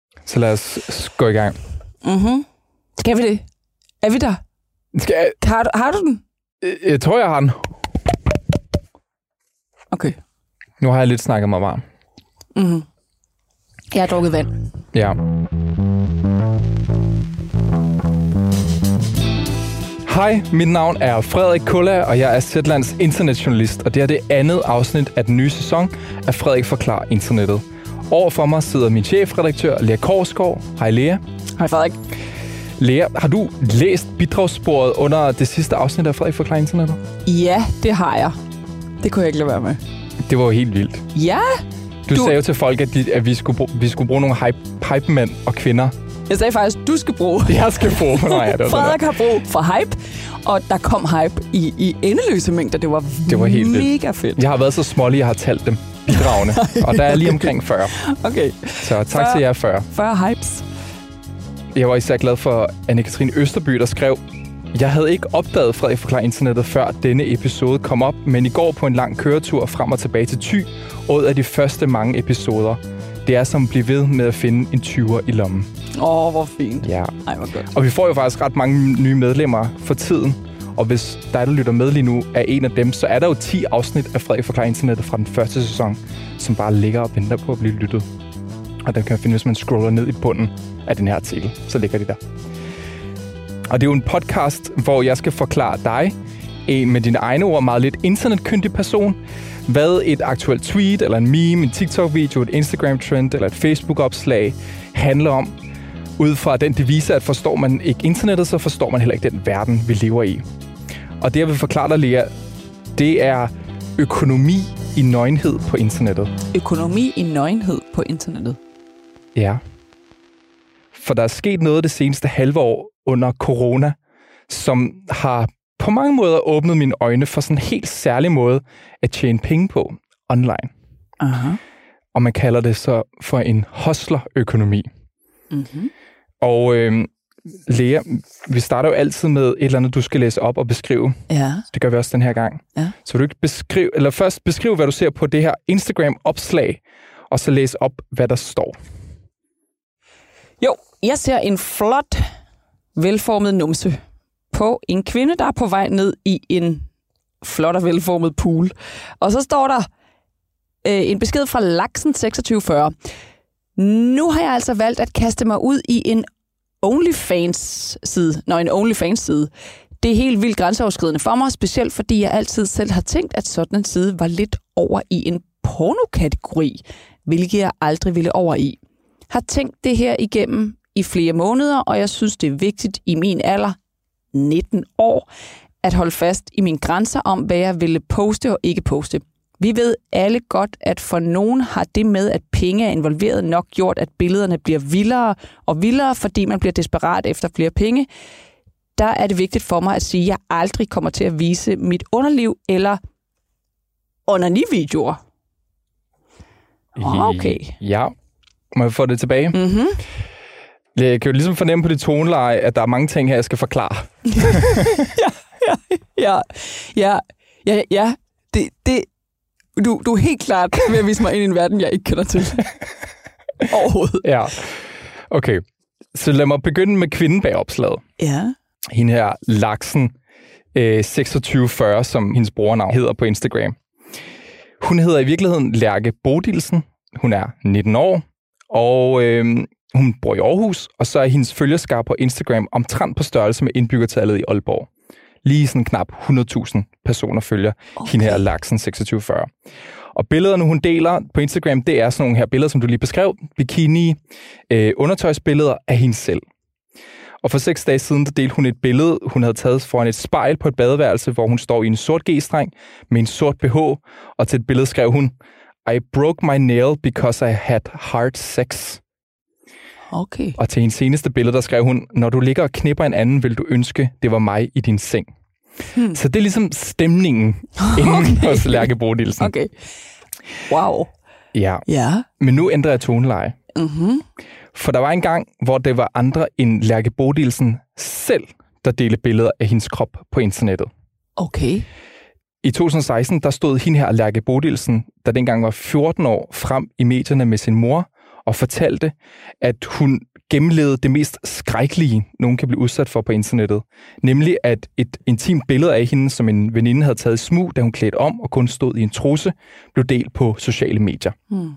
Så lad os gå i gang. Skal vi det? Er vi der? Har du den? Jeg tror, jeg har den. Okay. Nu har jeg lidt snakket mig varm. Jeg har drukket vand. Ja. Hej, mit navn er Frederik Kulla, og jeg er Zetlands internetjournalist, og det er det andet afsnit af den nye sæson af Frederik Forklarer Internettet. Overfor mig sidder min chefredaktør, Lea Korsgaard. Hej, Lea. Hej, Frederik. Lea, har du læst bidragssporet under det sidste afsnit af Frederik Forklarer Internettet? Ja, det har jeg. Det kunne jeg ikke lade være med. Det var jo helt vildt. Ja. Du sagde jo til folk, at vi skulle bruge nogle hype-mænd og kvinder. Jeg sagde faktisk, du skal bruge. Jeg skal bruge. Nej, Frederik har brug for hype, og der kom hype i endeløse mængder. Det var helt mega fedt. Jeg har været så smålig, jeg har talt dem bidragende, og der er lige omkring 40. Okay. Så tak til jer 40. 40 hypes. Jeg var især glad for Anne-Katrine Østerby, der skrev: Jeg havde ikke opdaget Frederik Forklarer Internettet, før denne episode kom op, men i går på en lang køretur frem og tilbage til Thy, åd af de første mange episoder. Det er som at blive ved med at finde en 20'er i lommen. Hvor fint. Ja. Ej, hvor godt. Og vi får jo faktisk ret mange nye medlemmer for tiden. Og hvis dig, der lytter med lige nu, er en af dem, så er der jo 10 afsnit af Frederik Forklarer Internettet fra den første sæson, som bare ligger og venter på at blive lyttet. Og den kan man finde, hvis man scroller ned i bunden af den her artikel. Så ligger de der. Og det er jo en podcast, hvor jeg skal forklare dig, en med dine egne ord, meget lidt internetkyndig person, hvad et aktuelt tweet, eller en meme, en TikTok-video, et Instagram-trend eller et Facebook-opslag handler om. Ud fra den devise, at forstår man ikke internettet, så forstår man heller ikke den verden, vi lever i. Og det, jeg vil forklare dig, Lea, det er økonomi i nøgenhed på internettet. Økonomi i nøgenhed på internettet? Ja. For der er sket noget det seneste halve år under corona, som har på mange måder åbnet mine øjne for sådan en helt særlig måde at tjene penge på online. Aha. Og man kalder det så for en hustler-økonomi. Mm-hmm. Og Lea, vi starter jo altid med et eller andet, du skal læse op og beskrive. Ja. Det gør vi også den her gang. Ja. Så vil du ikke først beskrive, hvad du ser på det her Instagram-opslag, og så læse op, hvad der står. Jo, jeg ser en flot, velformet numse på en kvinde, der er på vej ned i en flot og velformet pool. Og så står der en besked fra Laksen 2640. Nu har jeg altså valgt at kaste mig ud i en OnlyFans-side. Det er helt vildt grænseoverskridende for mig, specielt fordi jeg altid selv har tænkt, at sådan en side var lidt over i en pornokategori, hvilket jeg aldrig ville over i. Har tænkt det her igennem i flere måneder, og jeg synes, det er vigtigt i min alder, 19 år, at holde fast i mine grænser om, hvad jeg ville poste og ikke poste. Vi ved alle godt, at for nogen har det med, at penge er involveret nok gjort, at billederne bliver vildere og vildere, fordi man bliver desperat efter flere penge. Der er det vigtigt for mig at sige, at jeg aldrig kommer til at vise mit underliv eller onani-videoer. Okay. Ja, må jeg få det tilbage? Mhm. Jeg kan jo ligesom fornemme på det toneleje, at der er mange ting her, jeg skal forklare. Ja. Du er helt klart ved at vise mig ind i en verden, jeg ikke kender til. Overhovedet. Ja. Okay. Så lad mig begynde med kvinden bag opslaget. Ja. Hende her, Laksen 2640, som hendes brugernavn hedder på Instagram. Hun hedder i virkeligheden Lærke Bodilsen. Hun er 19 år, og hun bor i Aarhus, og så er hendes følgerskare på Instagram omtrent på størrelse med indbyggertallet i Aalborg. Lige sådan knap 100.000 personer følger hende her, Laksen 2640. Og billederne, hun deler på Instagram, det er sådan nogle her billeder, som du lige beskrev. Bikini, undertøjsbilleder af hende selv. Og for 6 dage siden, der delte hun et billede, hun havde taget foran et spejl på et badeværelse, hvor hun står i en sort G-streng med en sort BH, og til et billede skrev hun: I broke my nail because I had hard sex. Okay. Og til hendes seneste billede, der skrev hun: Når du ligger og knipper en anden, vil du ønske, det var mig i din seng. Så det er ligesom stemningen inden hos Lærke Bodilsen. Okay. Wow. Ja. Ja. Men nu ændrer jeg toneleje. Mhm. For der var en gang, hvor det var andre end Lærke Bodilsen selv, der delte billeder af hendes krop på internettet. Okay. I 2016, der stod hende her, Lærke Bodilsen, der dengang var 14 år, frem i medierne med sin mor og fortalte, at hun gennemlevede det mest skrækkelige, nogen kan blive udsat for på internettet. Nemlig, at et intimt billede af hende, som en veninde havde taget i smug, da hun klædte om og kun stod i en trusse, blev delt på sociale medier.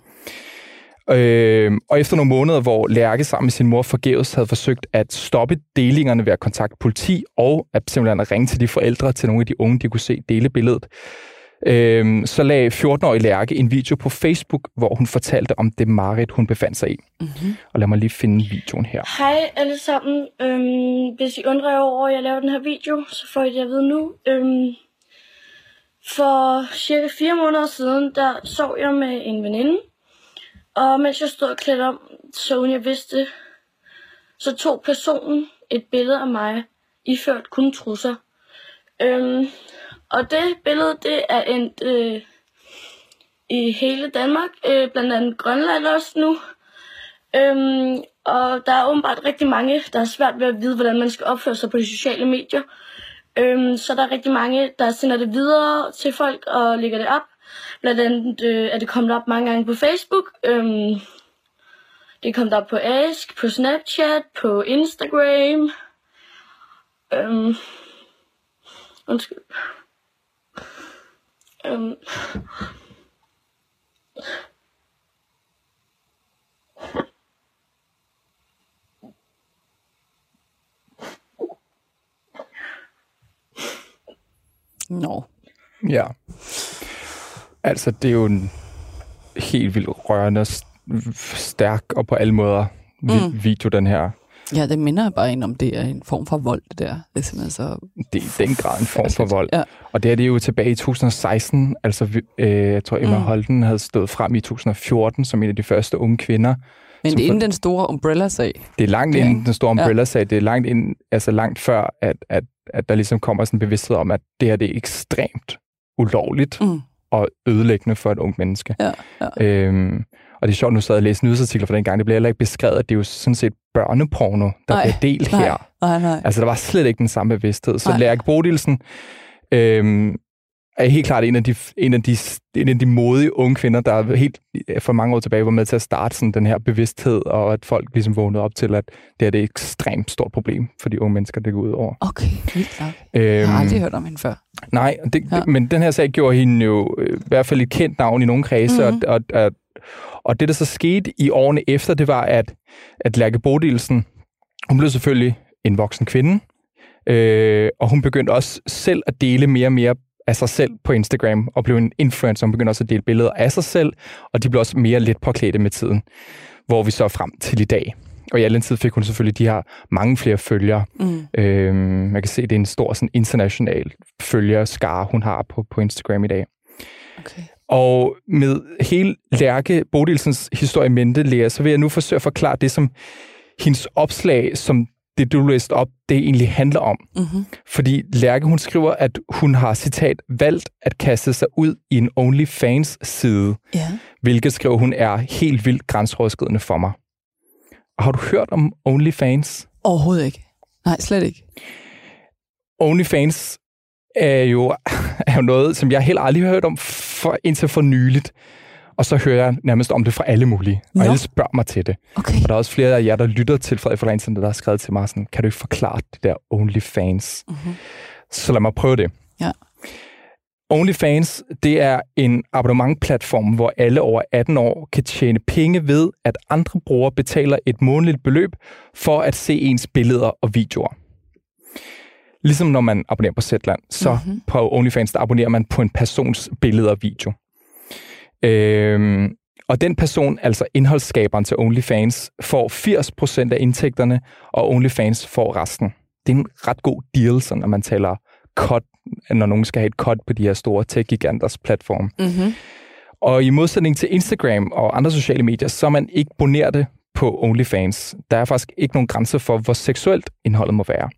Og efter nogle måneder, hvor Lærke sammen med sin mor forgæves havde forsøgt at stoppe delingerne ved at kontakte politi, og at simpelthen at ringe til de forældre, til nogle af de unge, de kunne se dele billedet, så lagde 14-årige Lærke en video på Facebook, hvor hun fortalte om det mareridt, hun befandt sig i. Og lad mig lige finde videoen her. Hej alle sammen. Hvis I undrer over, at jeg laver den her video, så får I det at vide nu. For cirka 4 måneder siden, der sov jeg med en veninde. Og mens jeg stod og klædt om, så uden jeg vidste, så tog personen et billede af mig, iført kun trusser. Og det billede, det er endt i hele Danmark, blandt andet Grønland også nu. Og der er åbenbart rigtig mange, der er svært ved at vide, hvordan man skal opføre sig på de sociale medier. Så der er rigtig mange, der sender det videre til folk og lægger det op. Blandt andet er det kommet op mange gange på Facebook. Det er kommet op på Ask, på Snapchat, på Instagram. Undskyld. Nå. Ja. Altså, det er jo en helt vildt rørende, stærk og på alle måder video, den her. Ja, det minder bare en om, det er en form for vold, det der. Det er simpelthen så... Det er i den grad en form for vold. Ja. Og det er det jo tilbage i 2016. Altså, jeg tror, Emma Holden havde stået frem i 2014 som en af de første unge kvinder. Men det er inden den store Umbrella-sag. Det er langt inden den store Umbrella-sag. Det er langt inden, altså langt før, at der ligesom kommer sådan en bevidsthed om, at det her det er ekstremt ulovligt og ødelæggende for et ungt menneske. Ja. Og det er sjovt, nu sad jeg og læste nyhedsartikler fra den gang. Det blev heller ikke beskrevet, at det er jo sådan set børneporno, der bliver delt her. Nej. Altså, der var slet ikke den samme bevidsthed. Så Lærke Bodilsen er helt klart en af de modige unge kvinder, der helt for mange år tilbage var med til at starte sådan den her bevidsthed, og at folk ligesom vågnede op til, at det er et ekstremt stort problem for de unge mennesker, det går ud over. Okay, helt nok. Jeg har aldrig hørt om hende før. Nej, men den her sag gjorde hende jo i hvert fald et kendt navn i nogle kredse, og det, der så skete i årene efter, det var, at Lærke Bodilsen, hun blev selvfølgelig en voksen kvinde, og hun begyndte også selv at dele mere og mere af sig selv på Instagram, og blev en influencer. Hun begyndte også at dele billeder af sig selv, og de blev også mere let påklædte med tiden, hvor vi så er frem til i dag. Og i al den tid fik hun selvfølgelig de her mange flere følgere. Man kan se, at det er en stor sådan, international følgerskare, hun har på Instagram i dag. Okay. Og med hele Lærke Bodilsens historie i mente, Lea, så vil jeg nu forsøge at forklare det, som hendes opslag, som det, du læste op, det egentlig handler om. Fordi Lærke, hun skriver, at hun har, citat, valgt at kaste sig ud i en OnlyFans-side, hvilket, skriver hun, er helt vildt grænseoverskridende for mig. Og har du hørt om OnlyFans? Overhovedet ikke. Nej, slet ikke. OnlyFans er jo noget, som jeg helt aldrig har hørt om indtil for nyligt. Og så hører jeg nærmest om det fra alle mulige. Og alle spørger mig til det. Okay. Og der er også flere af jer, der lytter til Frederik fra Internet, der har skrevet til mig sådan, kan du ikke forklare det der OnlyFans? Så lad mig prøve det. Ja. OnlyFans, det er en abonnementplatform, hvor alle over 18 år kan tjene penge ved, at andre brugere betaler et månedligt beløb for at se ens billeder og videoer. Ligesom når man abonnerer på Zetland, så på OnlyFans, der abonnerer man på en persons billeder og video. Og den person, altså indholdsskaberen til OnlyFans, får 80% af indtægterne, og OnlyFans får resten. Det er en ret god deal, så når man taler cut, når nogen skal have et cut på de her store tech-giganters platform. Og i modsætning til Instagram og andre sociale medier, så er man ikke boneret på OnlyFans. Der er faktisk ikke nogen grænse for, hvor seksuelt indholdet må være.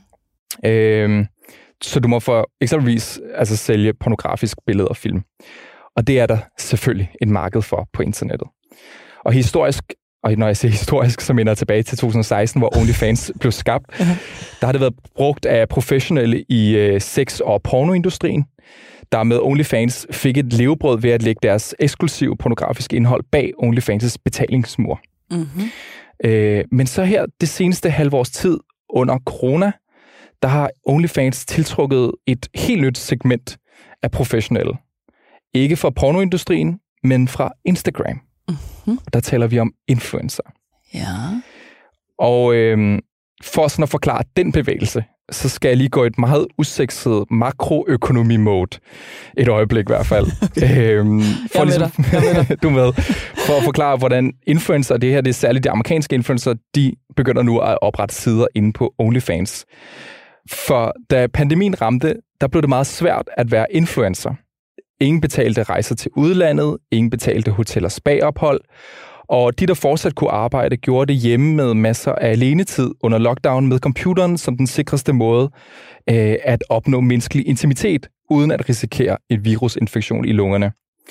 Så du må for eksempelvis sælge pornografisk billeder og film. Og det er der selvfølgelig et marked for på internettet. Og historisk, og når jeg siger historisk, så minder jeg tilbage til 2016, hvor OnlyFans blev skabt. Der har det været brugt af professionelle i sex- og pornoindustrien, der med OnlyFans fik et levebrød ved at lægge deres eksklusive pornografiske indhold bag OnlyFans' betalingsmur. Mm-hmm. Men så her det seneste halvårs tid under corona, der har OnlyFans tiltrukket et helt nyt segment af professionelle. Ikke fra pornoindustrien, men fra Instagram. Mm-hmm. Der taler vi om influencer. Ja. Og for sådan at forklare den bevægelse, så skal jeg lige gå et meget usekset makroøkonomi-mode. Et øjeblik i hvert fald. For ligesom, du med. For at forklare, hvordan influencer, det er særligt de amerikanske influencer, de begynder nu at oprette sider inde på OnlyFans. For da pandemien ramte, der blev det meget svært at være influencer. Ingen betalte rejser til udlandet, ingen betalte hotel- og spa-ophold, og de, der fortsat kunne arbejde, gjorde det hjemme med masser af alenetid under lockdown med computeren som den sikreste måde at opnå menneskelig intimitet, uden at risikere en virusinfektion i lungerne.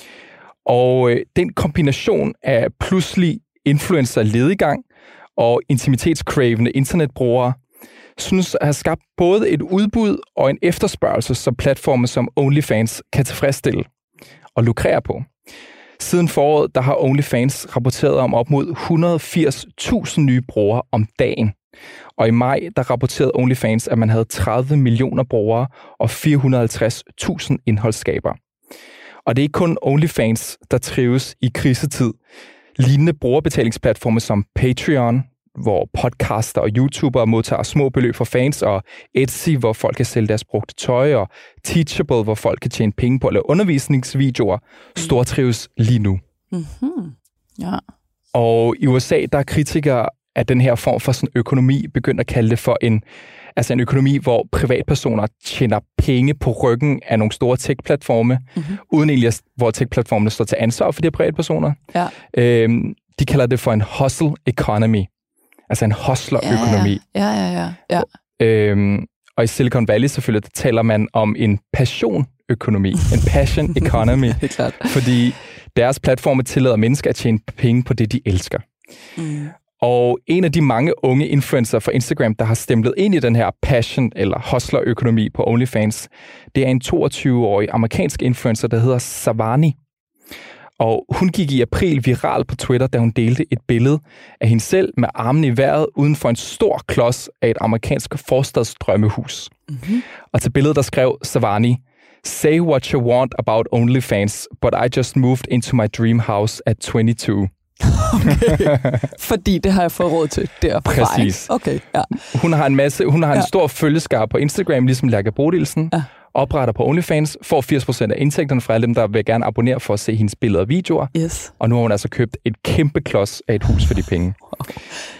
Og den kombination af pludselig influencer-lediggang og intimitetskrævende internetbrugere synes at have skabt både et udbud og en efterspørgsel, som platforme som OnlyFans kan tilfredsstille og lukrere på. Siden foråret, der har OnlyFans rapporteret om op mod 180.000 nye brugere om dagen. Og i maj, der rapporterede OnlyFans, at man havde 30 millioner brugere og 450.000 indholdsskabere. Og det er ikke kun OnlyFans, der trives i krisetid. Lignende brugerbetalingsplatforme som Patreon, hvor podcaster og YouTubere modtager små beløb for fans, og Etsy, hvor folk kan sælge deres brugte tøj, og Teachable, hvor folk kan tjene penge på at lave undervisningsvideoer, stortrives lige nu. Mm-hmm. Ja. Og i USA, der er kritikere af den her form for sådan økonomi begyndt at kalde det for en økonomi, hvor privatpersoner tjener penge på ryggen af nogle store tech-platforme, uden egentlig, hvor tech-platformene står til ansvar for de her privatpersoner. Ja. De kalder det for en hustle economy. Altså en hustler-økonomi. Ja. Og i Silicon Valley selvfølgelig, der taler man om en passion-økonomi. En passion economy. Det er klart. Fordi deres platforme tillader mennesker at tjene penge på det, de elsker. Mm. Og en af de mange unge influencer fra Instagram, der har stemplet ind i den her passion- eller hustler-økonomi på OnlyFans, det er en 22-årig amerikansk influencer, der hedder Savani. Og hun gik i april viral på Twitter, da hun delte et billede af hende selv med armen i vejret uden for en stor klods af et amerikansk forstadsdrømmehus. Mm-hmm. Og til billedet, der skrev Savani, "Say what you want about OnlyFans, but I just moved into my dream house at 22. Okay. Fordi det har jeg fået råd til derfra. Præcis. Okay, ja. Hun har en stor følgeskare på Instagram, ligesom Lærke Bodilsen. Ja. Opretter på OnlyFans, får 80% af indtægterne fra alle dem, der vil gerne abonnere for at se hendes billeder og videoer. Yes. Og nu har hun altså købt et kæmpe klods af et hus for de penge. Okay.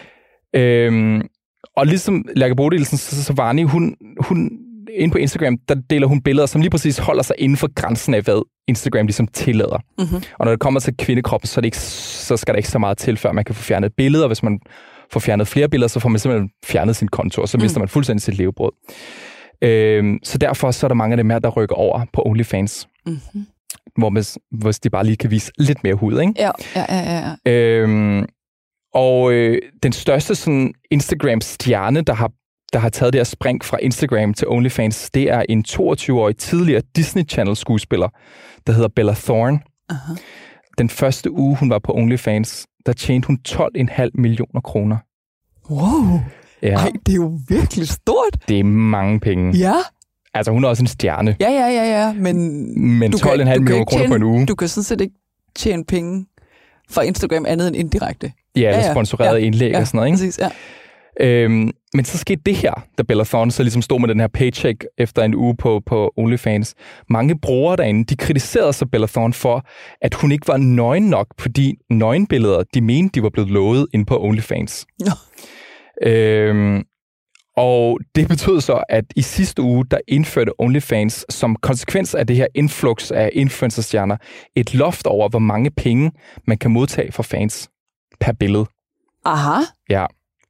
Og ligesom Lærke Bodilsen, så Varni, hun inde på Instagram, der deler hun billeder, som lige præcis holder sig inden for grænsen af, hvad Instagram ligesom tillader. Mm-hmm. Og når det kommer til kvindekroppen, så skal der ikke så meget til, før man kan få fjernet billeder. Hvis man får fjernet flere billeder, så får man simpelthen fjernet sin konto, og så mister man fuldstændig sit levebrød. Så derfor så er der mange af dem her, der rykker over på OnlyFans. Mm-hmm. Hvis de bare lige kan vise lidt mere hud, ikke? Ja. Den største sådan Instagram-stjerne, der har taget det her spring fra Instagram til OnlyFans, det er en 22-årig tidligere Disney Channel-skuespiller, der hedder Bella Thorne. Uh-huh. Den første uge, hun var på OnlyFans, der tjente hun 12,5 millioner kroner. Wow! Ja. Ej, det er jo virkelig stort. Det er mange penge. Ja. Altså, hun er også en stjerne. Ja. Men 12,5 millioner kroner på en uge. Du kan sådan set ikke tjene penge fra Instagram andet end indirekte. Ja, eller sponsoreret indlæg og sådan noget, ikke? Præcis, ja. Men så skete det her, da Bella Thorne så ligesom stod med den her paycheck efter en uge på OnlyFans. Mange brugere derinde, de kritiserede så Bella Thorne for, at hun ikke var nøgen nok på de nøgenbilleder, de mente, de var blevet lovet inde på OnlyFans. No. Og det betød så, at i sidste uge, der indførte OnlyFans som konsekvens af det her influx af influencerstjerner et loft over, hvor mange penge man kan modtage fra fans per billede. Aha. Ja.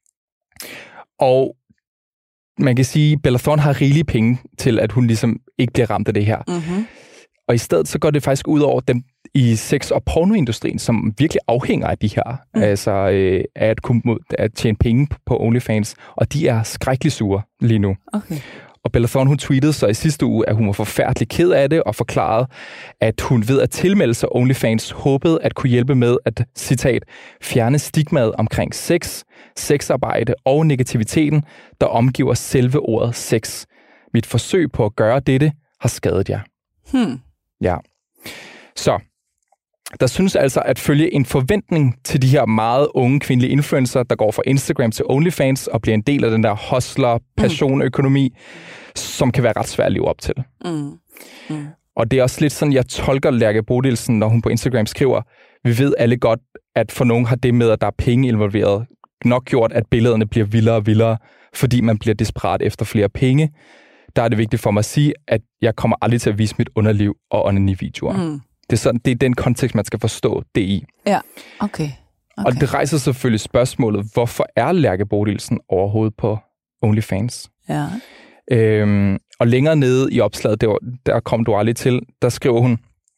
Og man kan sige, at Bella Thorne har rigelige penge til, at hun ligesom ikke bliver ramt af det her. Mm-hmm. Og i stedet så går det faktisk ud over dem i sex- og pornoindustrien, som virkelig afhænger af de her, altså at tjene penge på OnlyFans, og de er skrækkelig sure lige nu. Okay. Og Bella Thorne, hun tweetede så i sidste uge, at hun var forfærdelig ked af det, og forklarede, at hun ved at tilmelde sig OnlyFans håbede at kunne hjælpe med at, citat, fjerne stigmaet omkring sex, sexarbejde og negativiteten, der omgiver selve ordet sex. Mit forsøg på at gøre dette har skadet jer. Ja. Så der synes altså at følge en forventning til de her meget unge kvindelige influencer, der går fra Instagram til OnlyFans og bliver en del af den der hustler-passion-økonomi, som kan være ret svært at leve op til. Og det er også lidt sådan, jeg tolker Lærke Bodilsen, når hun på Instagram skriver, vi ved alle godt, at for nogen har det med, at der er penge involveret, nok gjort, at billederne bliver vildere og vildere, fordi man bliver desperat efter flere penge. Der er det vigtigt for mig at sige, at jeg kommer aldrig til at vise mit underliv og onani-videoer. Det er den kontekst, man skal forstå det i. Ja, okay. Og det rejser selvfølgelig spørgsmålet, hvorfor er Lærke Bodilsen overhovedet på OnlyFans? Ja. Og længere nede i opslaget, der kom du aldrig til, der skriver hun,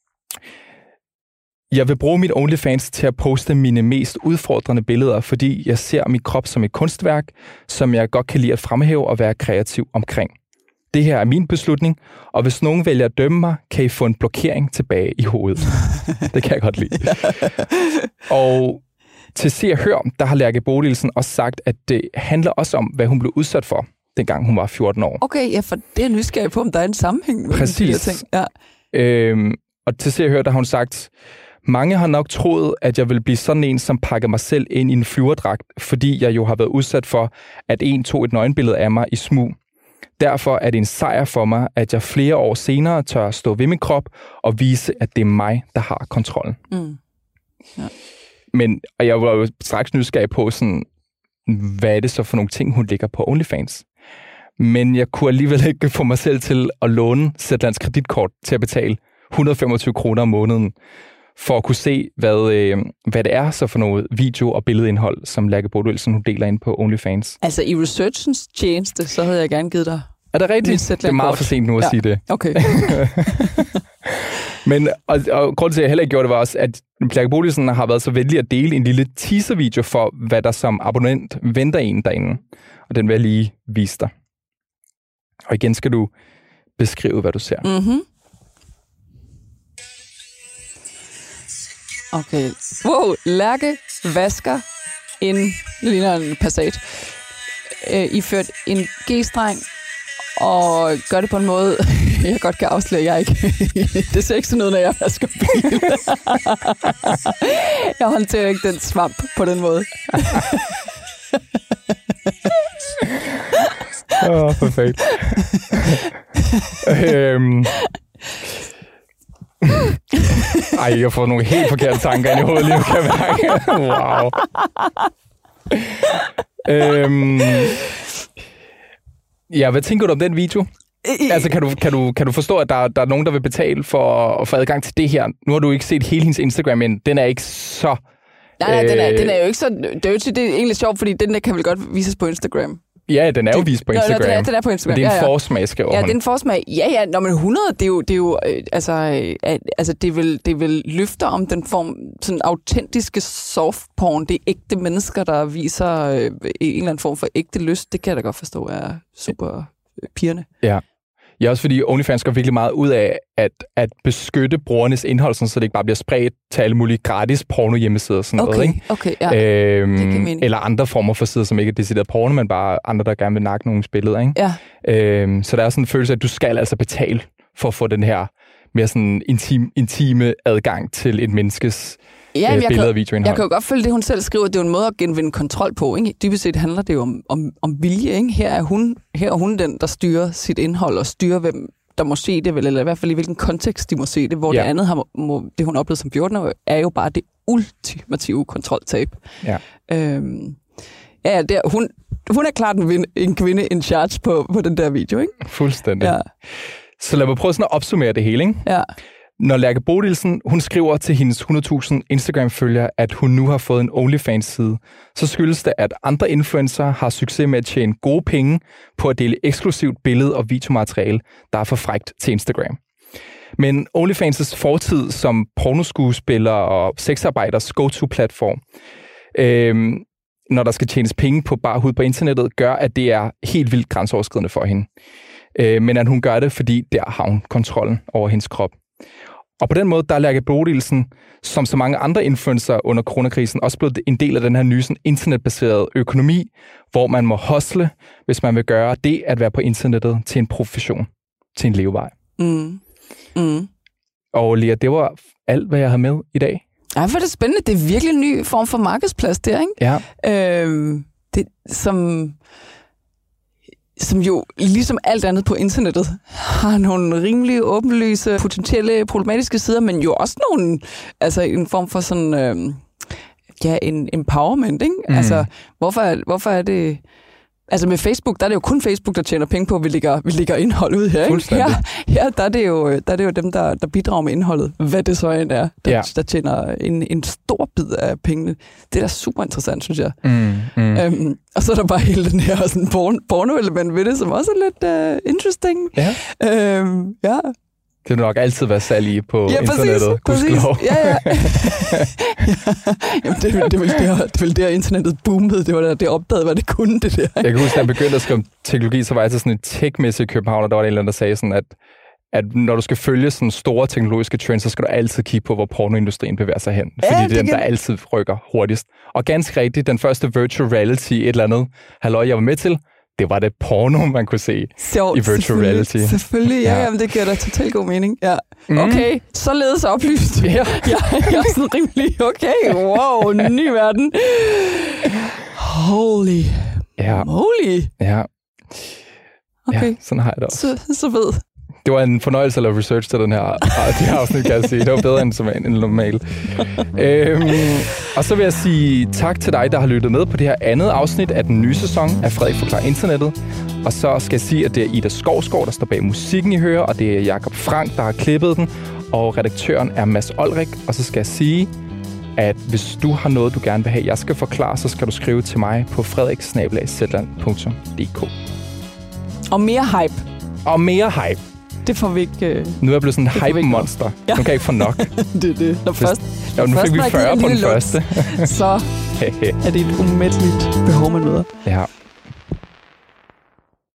jeg vil bruge mit OnlyFans til at poste mine mest udfordrende billeder, fordi jeg ser min krop som et kunstværk, som jeg godt kan lide at fremhæve og være kreativ omkring. Det her er min beslutning, og hvis nogen vælger at dømme mig, kan I få en blokering tilbage i hovedet. Det kan jeg godt lide. Og til Se og Hør, der har Lærke Bodilsen også sagt, at det handler også om, hvad hun blev udsat for, dengang hun var 14 år. Okay, ja, for det er nysgerrig på, om der er en sammenhæng med de her ting. Ja. Og til Se og Hør, der har hun sagt, mange har nok troet, at jeg vil blive sådan en, som pakker mig selv ind i en flyverdragt, fordi jeg jo har været udsat for, at en tog et nøgenbillede af mig i smug. Derfor er det en sejr for mig, at jeg flere år senere tør stå ved min krop og vise, at det er mig, der har kontrollen. Ja. Og jeg var jo straks nysgerrig på, sådan, hvad er det så for nogle ting, hun lægger på OnlyFans? Men jeg kunne alligevel ikke få mig selv til at låne Zetlands kreditkort til at betale 125 kroner om måneden, for at kunne se, hvad det er så for noget video- og billedindhold, som Lærke Bodilsen hun deler ind på OnlyFans. Altså i researchens tjeneste, så havde jeg gerne givet dig. Er det rigtigt? Det er meget for sent nu at sige det. Okay. Men og grunden til, at jeg heller ikke gjorde det, var også, at Lærke Bodilsen har været så venlig at dele en lille teaser-video for, hvad der som abonnent venter en derinde. Og den vil jeg lige vise dig. Og igen skal du beskrive, hvad du ser. Mhm. Okay. Wow, Lærke vasker en, ligner en Passat, iført en G-streng, og gør det på en måde, jeg godt kan afsløre, jeg ikke. Det ser ikke sådan ud, når jeg vasker bil. Jeg håndterer ikke den svamp på den måde. Perfekt. Jeg får nogle helt forkerte tanker ind i hovedet lige nu, kan jeg mærke. Wow. Ja, hvad tænker du om den video? Altså, kan du forstå, at der er nogen, der vil betale for at få adgang til det her? Nu har du ikke set hele hendes Instagram, men den er ikke så... Nej, den er jo ikke så dirty. Det er egentlig sjovt, fordi den der kan vel godt vises på Instagram. Ja, den er jo vist på Instagram. Den er på Instagram. Men det er en forsmag, skriver hun. Ja, det er en forsmag. Ja, når man 100, det er jo det vil løfter om den form, sådan autentiske softporn. Det er ægte mennesker, der viser en eller anden form for ægte lyst. Det kan jeg da godt forstå er super pirrende. Ja. Ja, også fordi OnlyFans går virkelig meget ud af at beskytte brugernes indhold, så det ikke bare bliver spredt til alle mulige gratis porno-hjemmesider og sådan noget, ikke? Okay, ja. Det kan mening. Eller andre former for sider, som ikke er decideret porno, men bare andre, der gerne vil nakke nogle billeder, ikke? Ja. Så der er sådan en følelse af, at du skal altså betale for at få den her mere sådan intime adgang til et menneskes billeder og videoindhold. Jeg kan jo godt følge det, hun selv skriver. Det er jo en måde at genvinde kontrol på, ikke? Dybest set handler det jo om vilje, ikke? Her er hun den, der styrer sit indhold og styrer, hvem der må se det, eller i hvert fald i hvilken kontekst de må se det, hvor det andet, det hun oplevede som 14-år, er jo bare det ultimative kontroltab. Ja. Hun er klart en kvinde in charge på den der video, ikke? Fuldstændig. Ja. Så lad mig prøve sådan at opsummere det hele, ikke? Ja. Når Lærke Bodilsen, hun skriver til hendes 100.000 Instagram-følgere, at hun nu har fået en OnlyFans-side, så skyldes det, at andre influencer har succes med at tjene gode penge på at dele eksklusivt billede- og videomateriale, der er for frækt til Instagram. Men OnlyFans' fortid som pornoskuespiller og sexarbejders go-to-platform, når der skal tjenes penge på bare hud på internettet, gør, at det er helt vildt grænseoverskridende for hende. men at hun gør det, fordi der har hun kontrollen over hendes krop. Og på den måde, der er Lærke Bodilsen, som så mange andre influencer under coronakrisen, også blevet en del af den her nye sådan, internetbaserede økonomi, hvor man må hustle, hvis man vil gøre det at være på internettet til en profession, til en levevej. Og Lea, det var alt, hvad jeg havde med i dag. Ja, for det er spændende. Det er virkelig en ny form for markedsplads der, ikke? Ja. Det, som jo, ligesom alt andet på internettet, har nogle rimelig åbenlyse, potentielle, problematiske sider, men jo også nogle, altså en form for sådan, en empowerment, ikke? Altså, hvorfor er det... Altså med Facebook, der er det jo kun Facebook, der tjener penge på, at vi lægger indhold ud her, ikke? Her der er det jo dem, der bidrager med indholdet, hvad det så end er, der tjener en stor bid af pengene. Det er da super interessant, synes jeg. Og så er der bare hele den her sådan porno-element ved det, som også er lidt interesting. Ja. Det vil nok altid være salg i på internettet. Præcis. Ja. Jamen, det ville der internettet boomede. Det var det opdagede, hvad det kunne, det der. Jeg kan huske, da jeg begyndte at skrive om teknologi, så var jeg til sådan en tech-messe i København, og der var en eller anden, der sagde sådan, at når du skal følge sådan store teknologiske trends, så skal du altid kigge på, hvor pornoindustrien bevæger sig hen. Fordi det er dem, der altid rykker hurtigst. Og ganske rigtigt, den første virtual reality, et eller andet halløj, jeg var med til, det var det porno, man kunne se i virtual reality. Selvfølgelig, ja. Jamen, det giver da totalt god mening. Ja. Okay, således oplyst. Ja. Jeg er sådan rimelig, okay, wow, ny verden. Holy moly. Ja. Okay. Ja, sådan har jeg det også. Så ved. Det var en fornøjelse at lave research til det her afsnit, kan jeg sige. Det var bedre end normalt. Og så vil jeg sige tak til dig, der har lyttet med på det her andet afsnit af den nye sæson af Frederik Forklarer Internettet. Og så skal jeg sige, at det er Ida Skovsgaard, der står bag musikken, I hører, og det er Jakob Frank, der har klippet den, og redaktøren er Mads Olrik. Og så skal jeg sige, at hvis du har noget, du gerne vil have, jeg skal forklare, så skal du skrive til mig på frederiksnabel@zetland.dk. Og mere hype. Og mere hype. Det får vi ikke... Nu er jeg blevet sådan en hype-monster. Ja. Nu kan jeg ikke få nok. det. Nu fik vi 40 på den første. Så er det et umætteligt behov, man møder. Ja.